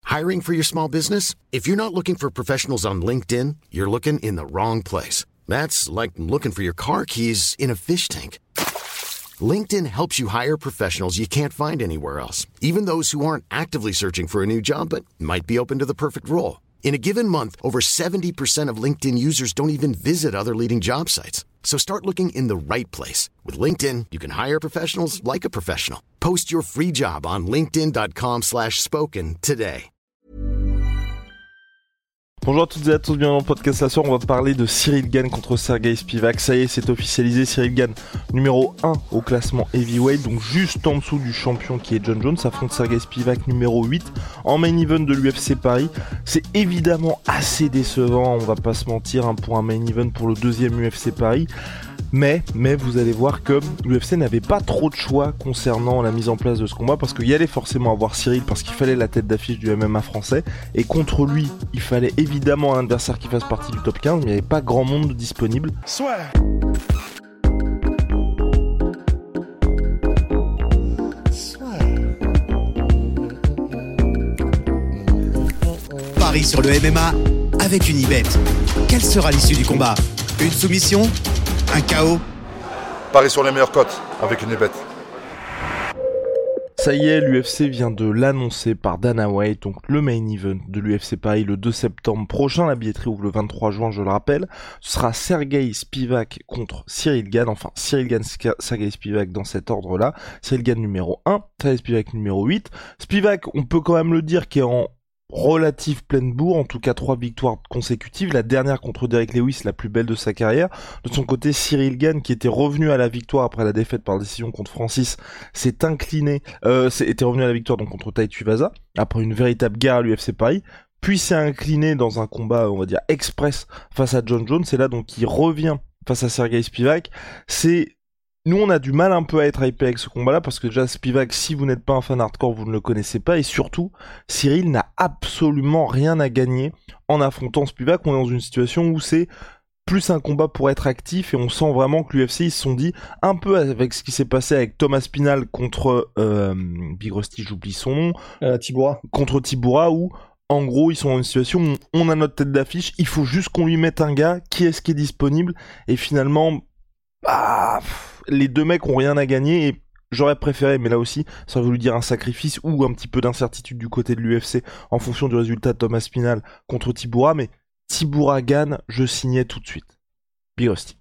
Hiring for your small business? If you're not looking for professionals on LinkedIn, you're looking in the wrong place. That's like looking for your car keys in a fish tank. LinkedIn helps you hire professionals you can't find anywhere else, even those who aren't actively searching for a new job but might be open to the perfect role. In a given month, over 70% of LinkedIn users don't even visit other leading job sites. So start looking in the right place. With LinkedIn, you can hire professionals like a professional. Post your free job on linkedin.com/spoken today. Bonjour à toutes et à tous, bienvenue dans le podcast La Soirée. On va parler de Cyril Gane contre Serghei Spivak. Ça y est, c'est officialisé. Cyril Gane, numéro 1 au classement heavyweight, donc juste en dessous du champion qui est John Jones. Affronte Serghei Spivak, numéro 8, en main event de l'UFC Paris. C'est évidemment assez décevant, on va pas se mentir, pour un main event pour le deuxième UFC Paris. Mais vous allez voir que l'UFC n'avait pas trop de choix concernant la mise en place de ce combat, parce qu'il y allait forcément avoir Cyril, parce qu'il fallait la tête d'affiche du MMA français, et contre lui, il fallait évidemment un adversaire qui fasse partie du top 15, mais il n'y avait pas grand monde disponible. Soit. Paris sur le MMA avec Unibet. Quelle sera l'issue du combat? Une soumission? Un KO? Paris sur les meilleures cotes avec Unibet. Ça y est, l'UFC vient de l'annoncer par Dana White, donc le main event de l'UFC Paris le 2 septembre prochain. La billetterie ouvre le 23 juin, je le rappelle. Ce sera Serghei Spivak contre Cyril Gane, enfin Cyril Gane, Serghei Spivak dans cet ordre-là. Cyril Gane numéro 1, Serghei Spivak numéro 8. Spivak, on peut quand même le dire, qui est en relative pleine bourre, en tout cas 3 victoires consécutives, la dernière contre Derek Lewis, la plus belle de sa carrière. De son côté, Cyril Gane, qui était revenu à la victoire après la défaite par décision contre Francis, était revenu à la victoire donc contre Tai Tuivasa, après une véritable guerre à l'UFC Paris, puis s'est incliné dans un combat, on va dire, express face à John Jones, et là donc il revient face à Serghei Spivak. Nous, on a du mal un peu à être hypé avec ce combat-là, parce que déjà, Spivak, si vous n'êtes pas un fan hardcore, vous ne le connaissez pas, et surtout, Cyril n'a absolument rien à gagner en affrontant Spivak. On est dans une situation où c'est plus un combat pour être actif, et on sent vraiment que l'UFC, ils se sont dit, un peu avec ce qui s'est passé avec Thomas Spinal contre Big Rusty, j'oublie son nom, Tibura. Contre Tibura, où en gros, ils sont dans une situation où on a notre tête d'affiche, il faut juste qu'on lui mette un gars, qui est-ce qui est disponible, et finalement, les deux mecs ont rien à gagner, et j'aurais préféré, mais là aussi, ça aurait voulu dire un sacrifice ou un petit peu d'incertitude du côté de l'UFC en fonction du résultat de Thomas Spinal contre Tibura, mais Tibura Gane, je signais tout de suite. Big Rusty.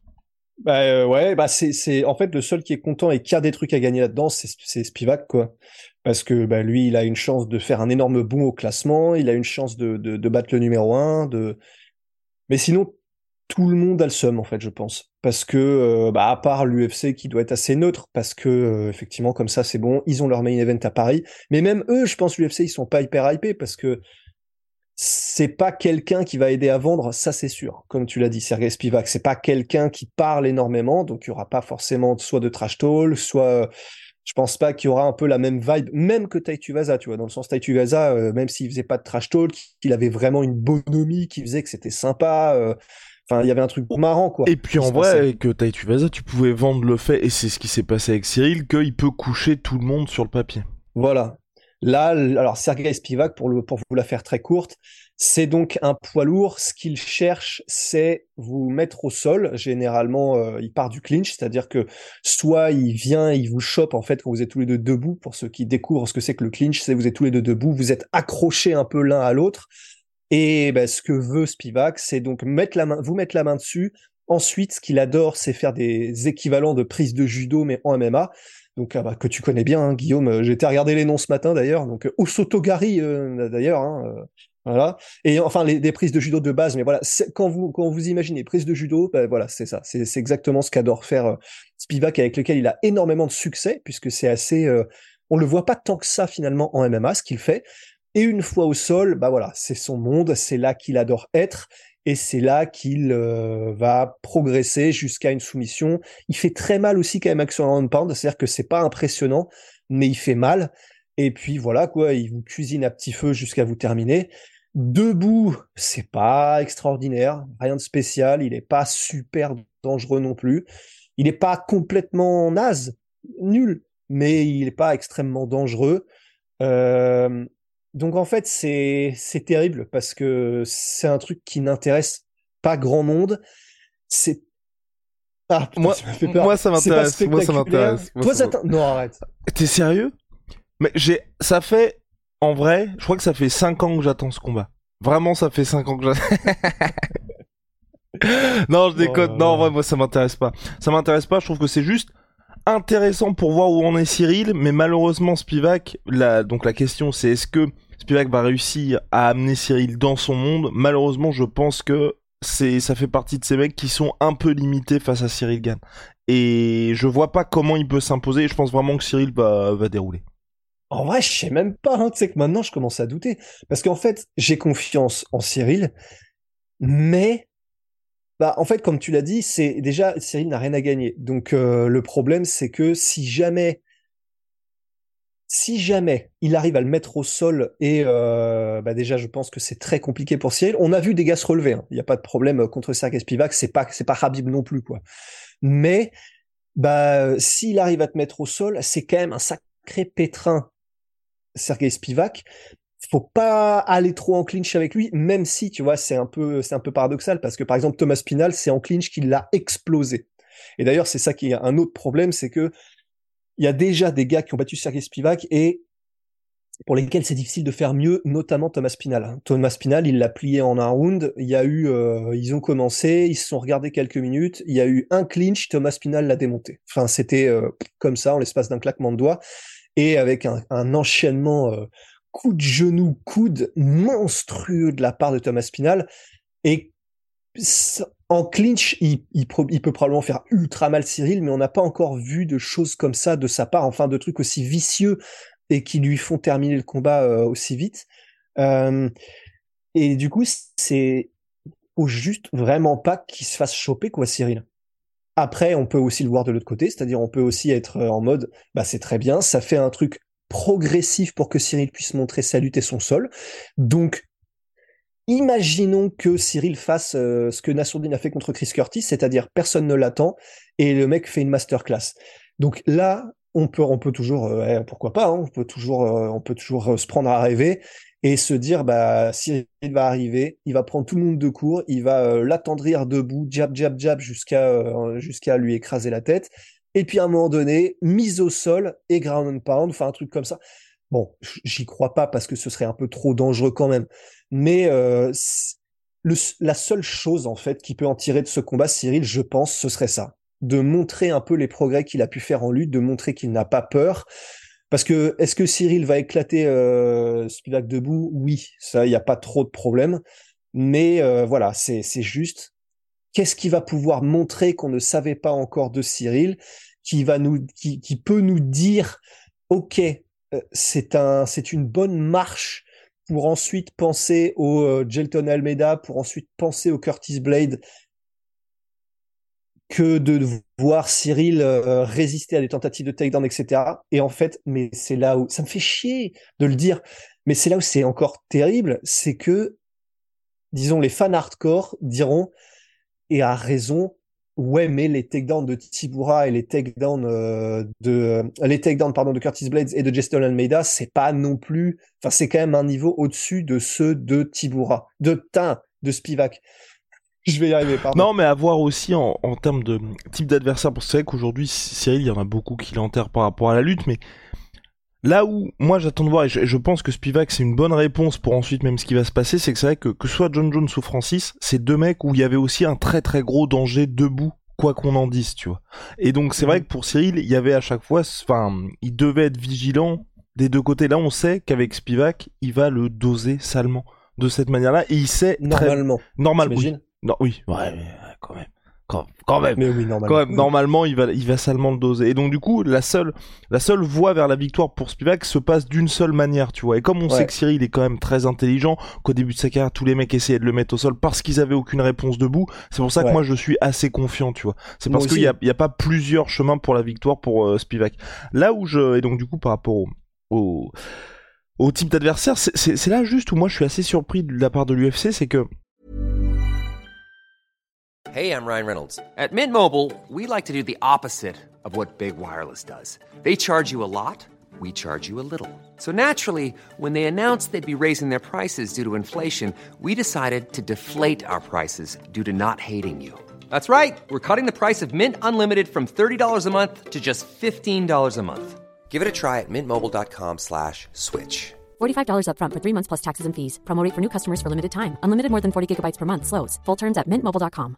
C'est en fait le seul qui est content et qui a des trucs à gagner là-dedans, c'est Spivak, quoi. Parce que lui, il a une chance de faire un énorme bond au classement, il a une chance de battre le numéro 1, mais sinon, tout le monde a le seum, en fait, je pense. Parce que, à part l'UFC qui doit être assez neutre, parce que, effectivement, comme ça, c'est bon, ils ont leur main event à Paris. Mais même eux, je pense, l'UFC, ils sont pas hyper hypés, parce que c'est pas quelqu'un qui va aider à vendre, ça c'est sûr. Comme tu l'as dit, Serghei Spivak, c'est pas quelqu'un qui parle énormément, donc il y aura pas forcément soit de trash talk, soit... Je pense pas qu'il y aura un peu la même vibe, même que Tai Tuivasa, tu vois, dans le sens Tai Tuivasa, même s'il faisait pas de trash talk, qu'il avait vraiment une bonhomie qui faisait que c'était sympa... Enfin, il y avait un truc marrant, quoi. Et puis en vrai, avec Tai Tuivasa, tu pouvais vendre le fait, et c'est ce qui s'est passé avec Cyril, qu'il peut coucher tout le monde sur le papier. Voilà. Là, alors Serghei Spivak, pour vous la faire très courte, c'est donc un poids lourd. Ce qu'il cherche, c'est vous mettre au sol. Généralement, il part du clinch, c'est-à-dire que soit il vient, il vous chope en fait quand vous êtes tous les deux debout. Pour ceux qui découvrent ce que c'est que le clinch, c'est que vous êtes tous les deux debout, vous êtes accrochés un peu l'un à l'autre. Et ce que veut Spivak, c'est donc vous mettre la main dessus. Ensuite, ce qu'il adore, c'est faire des équivalents de prise de judo, mais en MMA. Donc, que tu connais bien, hein, Guillaume. J'ai été regarder les noms ce matin, d'ailleurs. Donc, Osotogari, d'ailleurs. Voilà. Et enfin, des prises de judo de base. Mais voilà, quand vous imaginez prises de judo, voilà, c'est ça. C'est exactement ce qu'adore faire Spivak, avec lequel il a énormément de succès, puisque c'est assez... on le voit pas tant que ça, finalement, en MMA, ce qu'il fait. Et une fois au sol, voilà, c'est son monde, c'est là qu'il adore être, et c'est là qu'il va progresser jusqu'à une soumission. Il fait très mal aussi quand même avec son ground pound, c'est-à-dire que c'est pas impressionnant, mais il fait mal. Et puis voilà, quoi, il vous cuisine à petit feu jusqu'à vous terminer. Debout, c'est pas extraordinaire, rien de spécial, il est pas super dangereux non plus. Il est pas complètement naze, nul, mais il est pas extrêmement dangereux. Donc en fait, c'est terrible parce que c'est un truc qui n'intéresse pas grand monde. C'est Ah putain, Moi, ça m'a fait peur. moi ça C'est pas m'intéresse. Moi ça spectaculaire. m'intéresse. Moi, Toi, ça ça m'intéresse. Non, arrête. T'es sérieux? Mais ça fait, en vrai, je crois que ça fait 5 ans que j'attends ce combat. Vraiment, ça fait 5 ans que j'attends. Non, je déconne. Non, en vrai, moi, ça m'intéresse pas. Ça m'intéresse pas, je trouve que c'est juste intéressant pour voir où en est Cyril, mais malheureusement, Spivak, donc la question c'est est-ce que Spivak va réussir à amener Cyril dans son monde? Malheureusement, je pense que ça fait partie de ces mecs qui sont un peu limités face à Cyril Gane. Et je vois pas comment il peut s'imposer, et je pense vraiment que Cyril va dérouler. En vrai, je sais même pas. Hein. Tu sais que maintenant, je commence à douter. Parce qu'en fait, j'ai confiance en Cyril, mais en fait, comme tu l'as dit, c'est déjà Cyril n'a rien à gagner. Donc le problème, c'est que si jamais il arrive à le mettre au sol et déjà je pense que c'est très compliqué pour Cyril. On a vu des gars se relever, hein. Il n'y a pas de problème contre Sergej Spivak, c'est pas Khabib non plus quoi. Mais s'il arrive à te mettre au sol, c'est quand même un sacré pétrin, Sergej Spivak. Faut pas aller trop en clinch avec lui, même si tu vois c'est un peu paradoxal parce que par exemple Thomas Spinal c'est en clinch qu'il l'a explosé. Et d'ailleurs c'est ça qui est un autre problème, c'est que il y a déjà des gars qui ont battu Sergej Spivak et pour lesquels c'est difficile de faire mieux, notamment Thomas Spinal. Thomas Spinal, il l'a plié en un round. Il y a eu, ils ont commencé, ils se sont regardés quelques minutes. Il y a eu un clinch, Thomas Spinal l'a démonté. Enfin, c'était comme ça, en l'espace d'un claquement de doigts, et avec un enchaînement coup de genou, coude monstrueux de la part de Thomas Spinal. Et en clinch, il peut probablement faire ultra mal Cyril, mais on n'a pas encore vu de choses comme ça de sa part, enfin de trucs aussi vicieux et qui lui font terminer le combat aussi vite. Et du coup, faut juste vraiment pas qu'il se fasse choper, quoi, Cyril. Après, on peut aussi le voir de l'autre côté, c'est-à-dire on peut aussi être en mode, c'est très bien, ça fait un truc progressif pour que Cyril puisse montrer sa lutte et son sol. Donc, imaginons que Cyril fasse ce que Nassourdine a fait contre Chris Curtis, c'est-à-dire personne ne l'attend et le mec fait une masterclass. Donc là, on peut toujours, pourquoi pas, hein, on peut toujours se prendre à rêver et se dire, Cyril va arriver, il va prendre tout le monde de court, il va l'attendrir debout, jab, jab, jab, jusqu'à lui écraser la tête. Et puis à un moment donné, mise au sol et ground and pound, enfin un truc comme ça. Bon, j'y crois pas parce que ce serait un peu trop dangereux quand même. Mais la seule chose en fait qui peut en tirer de ce combat, Cyril, je pense, ce serait ça, de montrer un peu les progrès qu'il a pu faire en lutte, de montrer qu'il n'a pas peur. Parce que est-ce que Cyril va éclater Spivak debout? Oui, ça, il n'y a pas trop de problème. Mais voilà, c'est juste qu'est-ce qu'il va pouvoir montrer qu'on ne savait pas encore de Cyril, qui peut nous dire, ok, c'est une bonne marche pour ensuite penser au Jelton Almeida, pour ensuite penser au Curtis Blade, que de voir Cyril résister à des tentatives de takedown, etc. Et en fait, mais c'est là où ça me fait chier de le dire, mais c'est là où c'est encore terrible, c'est que, disons, les fans hardcore diront, et à raison, ouais, mais les takedowns de Tibura et les takedowns de Curtis Blades et de Justin Almeida, c'est pas non plus, enfin, c'est quand même un niveau au-dessus de ceux de Tibura, de Spivak. Je vais y arriver, pardon. Non, mais à voir aussi en termes de type d'adversaire, parce que c'est vrai qu'aujourd'hui, Cyril, il y en a beaucoup qui l'enterrent par rapport à la lutte, mais là où moi j'attends de voir, et je pense que Spivak c'est une bonne réponse pour ensuite même ce qui va se passer, c'est que c'est vrai que soit John Jones ou Francis, c'est deux mecs où il y avait aussi un très très gros danger debout, quoi qu'on en dise, tu vois. Et donc c'est vrai que pour Cyril, il y avait à chaque fois, enfin, il devait être vigilant des deux côtés. Là, on sait qu'avec Spivak, il va le doser salement de cette manière-là, et il sait normalement. Normal, oui. T'imagines ? Non, oui, ouais, mais quand même. Quand même. Mais oui, normalement. Quand même, normalement, il va salement le doser. Et donc, du coup, la seule voie vers la victoire pour Spivak se passe d'une seule manière, tu vois. Et comme on sait que Cyril est quand même très intelligent, qu'au début de sa carrière, tous les mecs essayaient de le mettre au sol parce qu'ils avaient aucune réponse debout, c'est pour ça que moi, je suis assez confiant, tu vois. C'est parce qu'il y a pas plusieurs chemins pour la victoire pour Spivak. Là où et donc, du coup, par rapport au type d'adversaire, c'est là juste où moi, je suis assez surpris de la part de l'UFC, c'est que Hey, I'm Ryan Reynolds. At Mint Mobile, we like to do the opposite of what Big Wireless does. They charge you a lot, we charge you a little. So naturally, when they announced they'd be raising their prices due to inflation, we decided to deflate our prices due to not hating you. That's right. We're cutting the price of Mint Unlimited from $30 a month to just $15 a month. Give it a try at mintmobile.com/switch. $45 up front for 3 months plus taxes and fees. Promo rate for new customers for limited time. Unlimited more than 40 gigabytes per month. Slows full terms at mintmobile.com.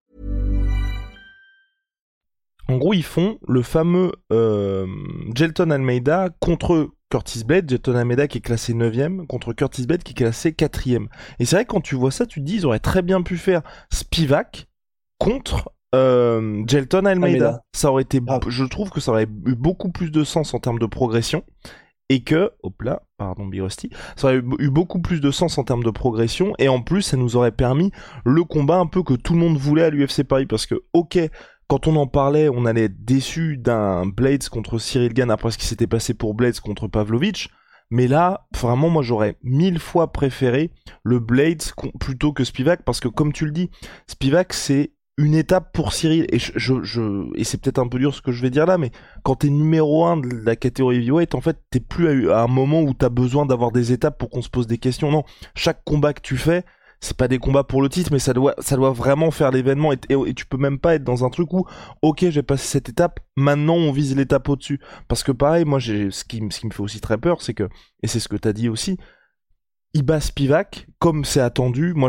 En gros, ils font le fameux Jelton Almeida contre Curtis Blade. Jelton Almeida qui est classé 9ème contre Curtis Blade qui est classé 4ème. Et c'est vrai que quand tu vois ça, tu te dis ils auraient très bien pu faire Spivak contre Jelton Almeida. Ça aurait été, je trouve que ça aurait eu beaucoup plus de sens en termes de progression. Et que, Big Rusty, ça aurait eu beaucoup plus de sens en termes de progression, et en plus, ça nous aurait permis le combat un peu que tout le monde voulait à l'UFC Paris, parce que, quand on en parlait, on allait être déçu d'un Blades contre Cyril Gane après ce qui s'était passé pour Blades contre Pavlovich, mais là, vraiment, moi, j'aurais 1000 fois préféré le Blades plutôt que Spivak, parce que, comme tu le dis, Spivak, c'est une étape pour Cyril, et et c'est peut-être un peu dur ce que je vais dire là, mais quand t'es numéro 1 de la catégorie heavyweight, en fait, t'es plus à un moment où t'as besoin d'avoir des étapes pour qu'on se pose des questions. Non, chaque combat que tu fais, c'est pas des combats pour le titre, mais ça doit vraiment faire l'événement, et tu peux même pas être dans un truc où, ok, j'ai passé cette étape, maintenant on vise l'étape au-dessus. Parce que pareil, moi, ce qui me fait aussi très peur, c'est que, et c'est ce que t'as dit aussi, il bat Spivak, comme c'est attendu. Moi,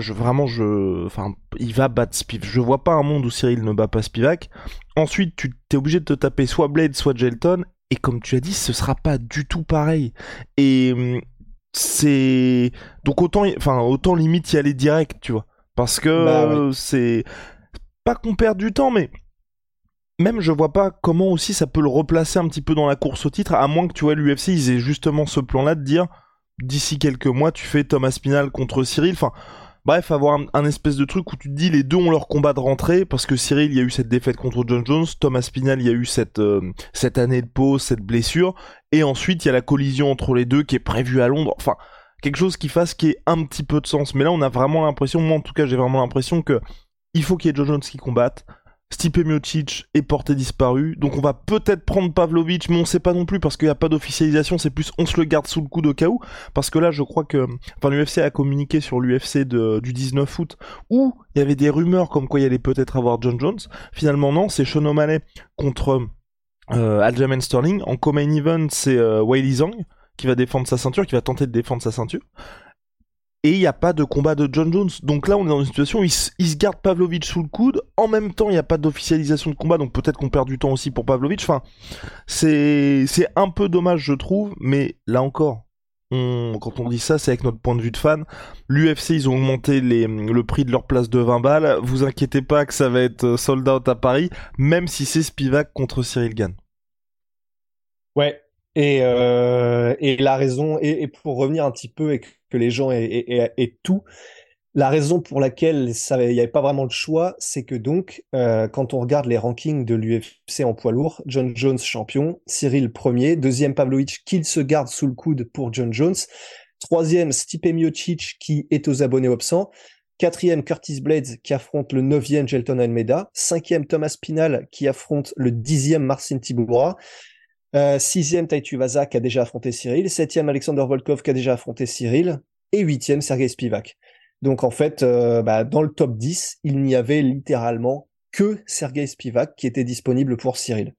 il va battre Spivak. Je vois pas un monde où Cyril ne bat pas Spivak. Ensuite, tu t'es obligé de te taper soit Blade, soit Jelton. Et comme tu as dit, ce sera pas du tout pareil. Et c'est... Donc autant limite y aller direct, tu vois. Parce que c'est... Pas qu'on perde du temps, mais... Même je vois pas comment aussi ça peut le replacer un petit peu dans la course au titre, à moins que, tu vois, l'UFC, ils aient justement ce plan-là de dire... D'ici quelques mois, tu fais Thomas Spinal contre Cyril. Enfin, bref, avoir un espèce de truc où tu te dis les deux ont leur combat de rentrée, parce que Cyril, il y a eu cette défaite contre John Jones, Thomas Spinal, il y a eu cette année de pause, cette blessure, et ensuite il y a la collision entre les deux qui est prévue à Londres. Enfin, quelque chose qui ait un petit peu de sens. Mais là, on a vraiment l'impression, moi en tout cas, j'ai vraiment l'impression que il faut qu'il y ait John Jones qui combatte. Stipe Miocic est porté disparu, donc on va peut-être prendre Pavlovich, mais on sait pas non plus parce qu'il n'y a pas d'officialisation, c'est plus on se le garde sous le coude au cas où, parce que là je crois que, l'UFC a communiqué sur l'UFC du 19 août, où il y avait des rumeurs comme quoi il allait peut-être avoir John Jones. Finalement non, c'est Sean O'Malley contre Aljamain Sterling. En co-main event, c'est Weili Zhang qui va défendre sa ceinture, qui va tenter de défendre sa ceinture. Et il n'y a pas de combat de John Jones. Donc là, on est dans une situation où il se garde Pavlovich sous le coude. En même temps, il n'y a pas d'officialisation de combat. Donc peut-être qu'on perd du temps aussi pour Pavlovich. Enfin, c'est un peu dommage, je trouve. Mais là encore, quand on dit ça, c'est avec notre point de vue de fan. L'UFC, ils ont augmenté le prix de leur place de 20 balles. Vous inquiétez pas que ça va être sold out à Paris. Même si c'est Spivak contre Cyril Gane. Ouais. Et la raison, et pour revenir un petit peu et que les gens aient tout, la raison pour laquelle il n'y avait pas vraiment de choix, c'est que donc, quand on regarde les rankings de l'UFC en poids lourd, John Jones champion, Cyril premier, deuxième Pavlovich qu'il se garde sous le coude pour John Jones, troisième Stipe Miocic qui est aux abonnés absents, quatrième Curtis Blades qui affronte le 9e Jelton Almeida, cinquième Thomas Spinal qui affronte le 10e Marcin Tybura, sixième Tai Tuivasa qui a déjà affronté Cyril, septième Alexander Volkov qui a déjà affronté Cyril, et huitième Sergei Spivak. Donc en fait, dans le top 10, il n'y avait littéralement que Sergei Spivak qui était disponible pour Cyril.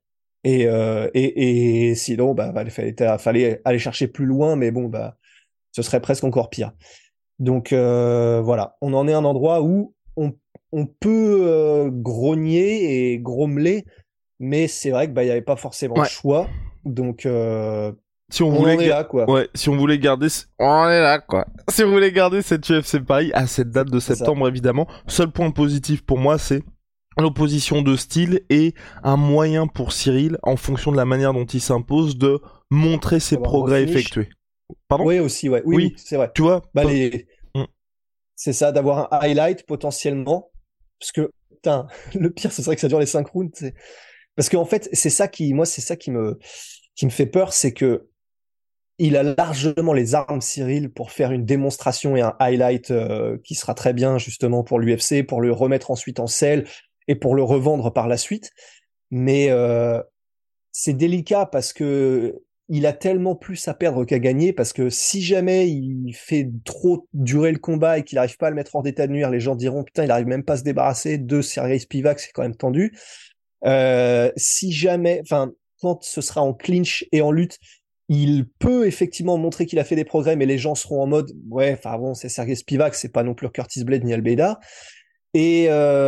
Et sinon, il fallait aller chercher plus loin, mais bon, ce serait presque encore pire. Donc voilà, on en est à un endroit où on peut grogner et grommeler, mais c'est vrai que il n'y avait pas forcément de choix. Donc si on voulait là, quoi. Ouais, si on voulait garder on est là quoi. Si on voulait garder cette UFC Paris à cette date de septembre, évidemment, seul point positif pour moi, c'est l'opposition de style et un moyen pour Cyril, en fonction de la manière dont il s'impose, de montrer ses progrès effectués. Pardon ? Oui, aussi, ouais. Oui, c'est vrai. Tu vois, c'est ça, d'avoir un highlight potentiellement, parce que le pire, ce serait que ça dure les 5 rounds. Parce qu'en fait, c'est ça qui me fait peur, c'est que il a largement les armes, Cyril, pour faire une démonstration et un highlight qui sera très bien justement pour l'UFC, pour le remettre ensuite en selle et pour le revendre par la suite. Mais c'est délicat parce que il a tellement plus à perdre qu'à gagner, parce que si jamais il fait trop durer le combat et qu'il n'arrive pas à le mettre hors d'état de nuire, les gens diront putain, il arrive même pas à se débarrasser de Sergei Spivak, c'est quand même tendu. Si jamais, enfin, quand ce sera en clinch et en lutte, il peut effectivement montrer qu'il a fait des progrès, mais les gens seront en mode ouais, enfin bon, c'est Sergei Spivak, c'est pas non plus Curtis Blade ni Almeida, et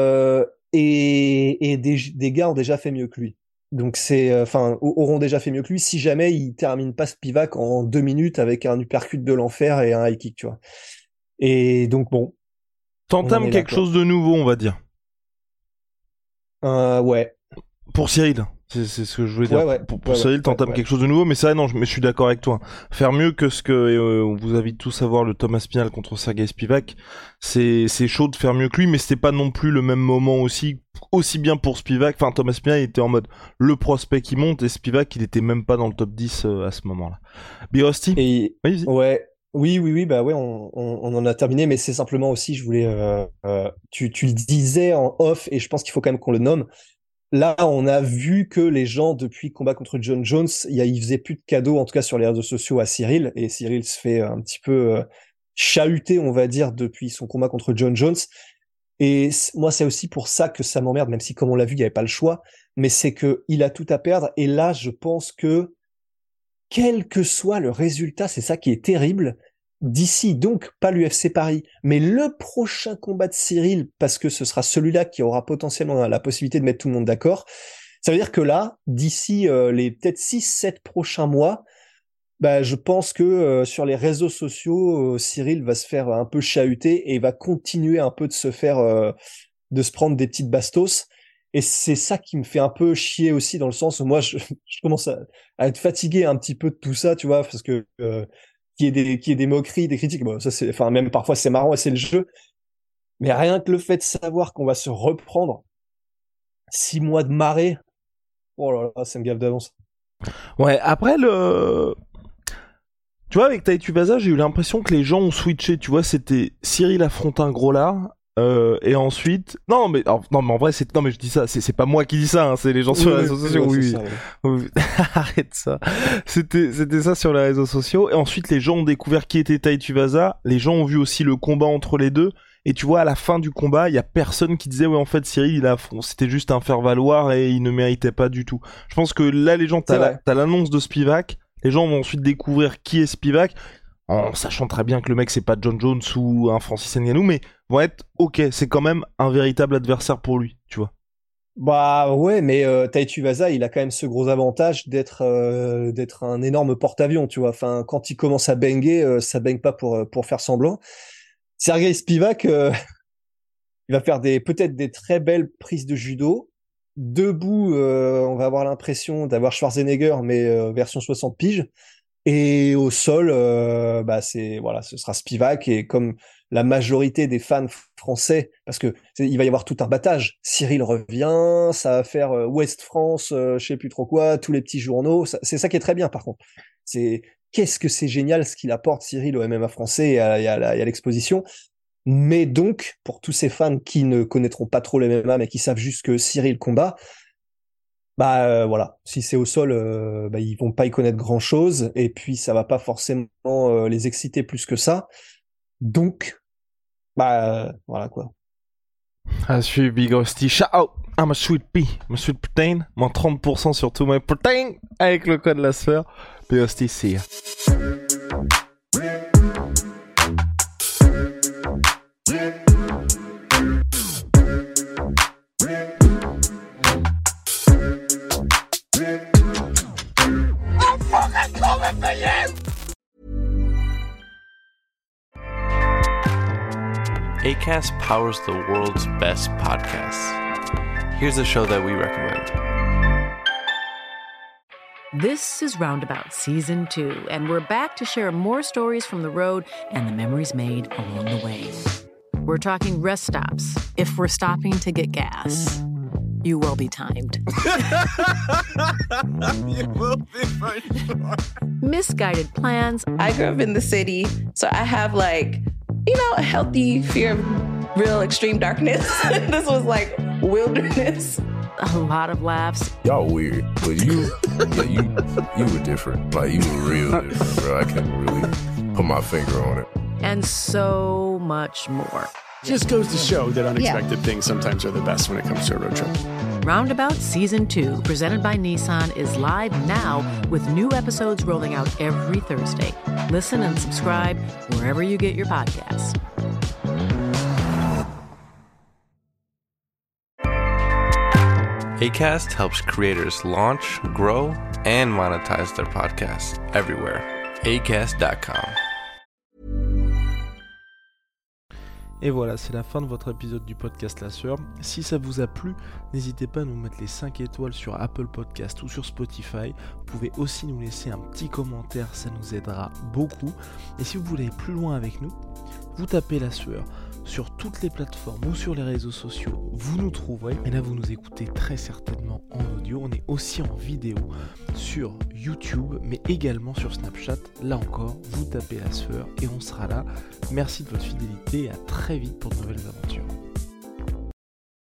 des gars ont déjà fait mieux que lui. Donc auront déjà fait mieux que lui si jamais il termine pas Spivak en 2 minutes avec un uppercut de l'enfer et un high kick, tu vois. Et donc bon. T'entames quelque chose de nouveau, on va dire. Ouais. Pour Cyril, c'est ce que je voulais dire. Ouais. Pour Cyril, t'entames quelque chose de nouveau, mais c'est vrai, non, mais je suis d'accord avec toi. Faire mieux que ce que on vous invite tous à voir, le Thomas Pinal contre Sergei Spivak, c'est chaud de faire mieux que lui, mais c'était pas non plus le même moment aussi bien pour Spivak. Enfin, Thomas Pinal il était en mode le prospect qui monte, et Spivak il était même pas dans le top 10 à ce moment-là. Birosti. Et vas-y. Ouais. Oui, bah ouais, on en a terminé, mais c'est simplement aussi, je voulais, tu le disais en off, et je pense qu'il faut quand même qu'on le nomme. Là, on a vu que les gens, depuis le combat contre John Jones, ils faisaient plus de cadeaux, en tout cas sur les réseaux sociaux, à Cyril, et Cyril se fait un petit peu chahuter, on va dire, depuis son combat contre John Jones. Et moi, c'est aussi pour ça que ça m'emmerde, même si, comme on l'a vu, il n'y avait pas le choix, mais c'est que il a tout à perdre, et là, je pense que quel que soit le résultat, c'est ça qui est terrible, d'ici, donc pas l'UFC Paris, mais le prochain combat de Cyril, parce que ce sera celui-là qui aura potentiellement la possibilité de mettre tout le monde d'accord, ça veut dire que là, d'ici les peut-être 6-7 prochains mois, bah, je pense que sur les réseaux sociaux, Cyril va se faire un peu chahuter et va continuer un peu de se prendre des petites bastos. Et c'est ça qui me fait un peu chier aussi, dans le sens où moi, je commence à être fatigué un petit peu de tout ça, tu vois, parce que qu'il y ait des moqueries, des critiques, bon, ça c'est, enfin, même parfois c'est marrant et c'est le jeu. Mais rien que le fait de savoir qu'on va se reprendre 6 mois de marée, oh là là, ça me gave d'avance. Ouais, après tu vois, avec Tai Tuivasa, j'ai eu l'impression que les gens ont switché, tu vois, c'était Cyril affronte un gros lard, et ensuite, non mais en vrai non mais je dis ça, c'est pas moi qui dis ça, hein, c'est les gens sur les réseaux sociaux. Oui. Arrête ça. C'était ça sur les réseaux sociaux, et ensuite les gens ont découvert qui était Tai Tuivasa, les gens ont vu aussi le combat entre les deux, et tu vois, à la fin du combat, il y a personne qui disait ouais, en fait Cyril c'était juste un faire-valoir et il ne méritait pas du tout. Je pense que là les gens, t'as l'annonce de Spivak, les gens vont ensuite découvrir qui est Spivak, en sachant très bien que le mec c'est pas John Jones ou un Francis Ngannou, mais vont être ok, c'est quand même un véritable adversaire pour lui, tu vois. Bah ouais, mais Tai Tuivasa, il a quand même ce gros avantage d'être un énorme porte-avions, tu vois. Enfin, quand il commence à banger, ça bang pas pour faire semblant. Sergei Spivak, il va faire peut-être des très belles prises de judo. Debout, on va avoir l'impression d'avoir Schwarzenegger, mais version 60 piges. Et au sol, ce sera Spivak, et comme la majorité des fans français, parce que il va y avoir tout un battage. Cyril revient, ça va faire Ouest France, je sais plus trop quoi, tous les petits journaux. C'est ça qui est très bien, par contre. Qu'est-ce que c'est génial ce qu'il apporte, Cyril, au MMA français et à l'exposition. Mais donc, pour tous ces fans qui ne connaîtront pas trop le MMA, mais qui savent juste que Cyril combat, voilà, si c'est au sol, ils vont pas y connaître grand-chose, et puis ça va pas forcément les exciter plus que ça. Donc, voilà quoi. Je suis Big Rusty. Shout out, I'm a sweet pea, my sweet protein, moins 30% sur tout my protein avec le code la sphère. Big Rusty, see ya. Acast powers the world's best podcasts. Here's a show that we recommend. This is Roundabout Season 2, and we're back to share more stories from the road and the memories made along the way. We're talking rest stops. If we're stopping to get gas, you will be timed. You will be for sure. Misguided plans. I grew up in the city, so I have a healthy fear of real extreme darkness. This was like wilderness. a lot of laughs. Y'all weird, but you were different. Like, you were real different, bro. I can't really put my finger on it. And so much more. Just goes to show that unexpected things sometimes are the best when it comes to a road trip. Roundabout Season 2, presented by Nissan, is live now with new episodes rolling out every Thursday. Listen and subscribe wherever you get your podcasts. Acast helps creators launch, grow, and monetize their podcasts everywhere. Acast.com. Et voilà, c'est la fin de votre épisode du podcast La Sueur. Si ça vous a plu, n'hésitez pas à nous mettre les 5 étoiles sur Apple Podcast ou sur Spotify. Vous pouvez aussi nous laisser un petit commentaire, ça nous aidera beaucoup. Et si vous voulez aller plus loin avec nous, vous tapez La Sueur sur toutes les plateformes ou sur les réseaux sociaux, vous nous trouverez. Et là, vous nous écoutez très certainement en audio. On est aussi en vidéo sur YouTube, mais également sur Snapchat. Là encore, vous tapez La Sueur et on sera là. Merci de votre fidélité et à très vite pour de nouvelles aventures.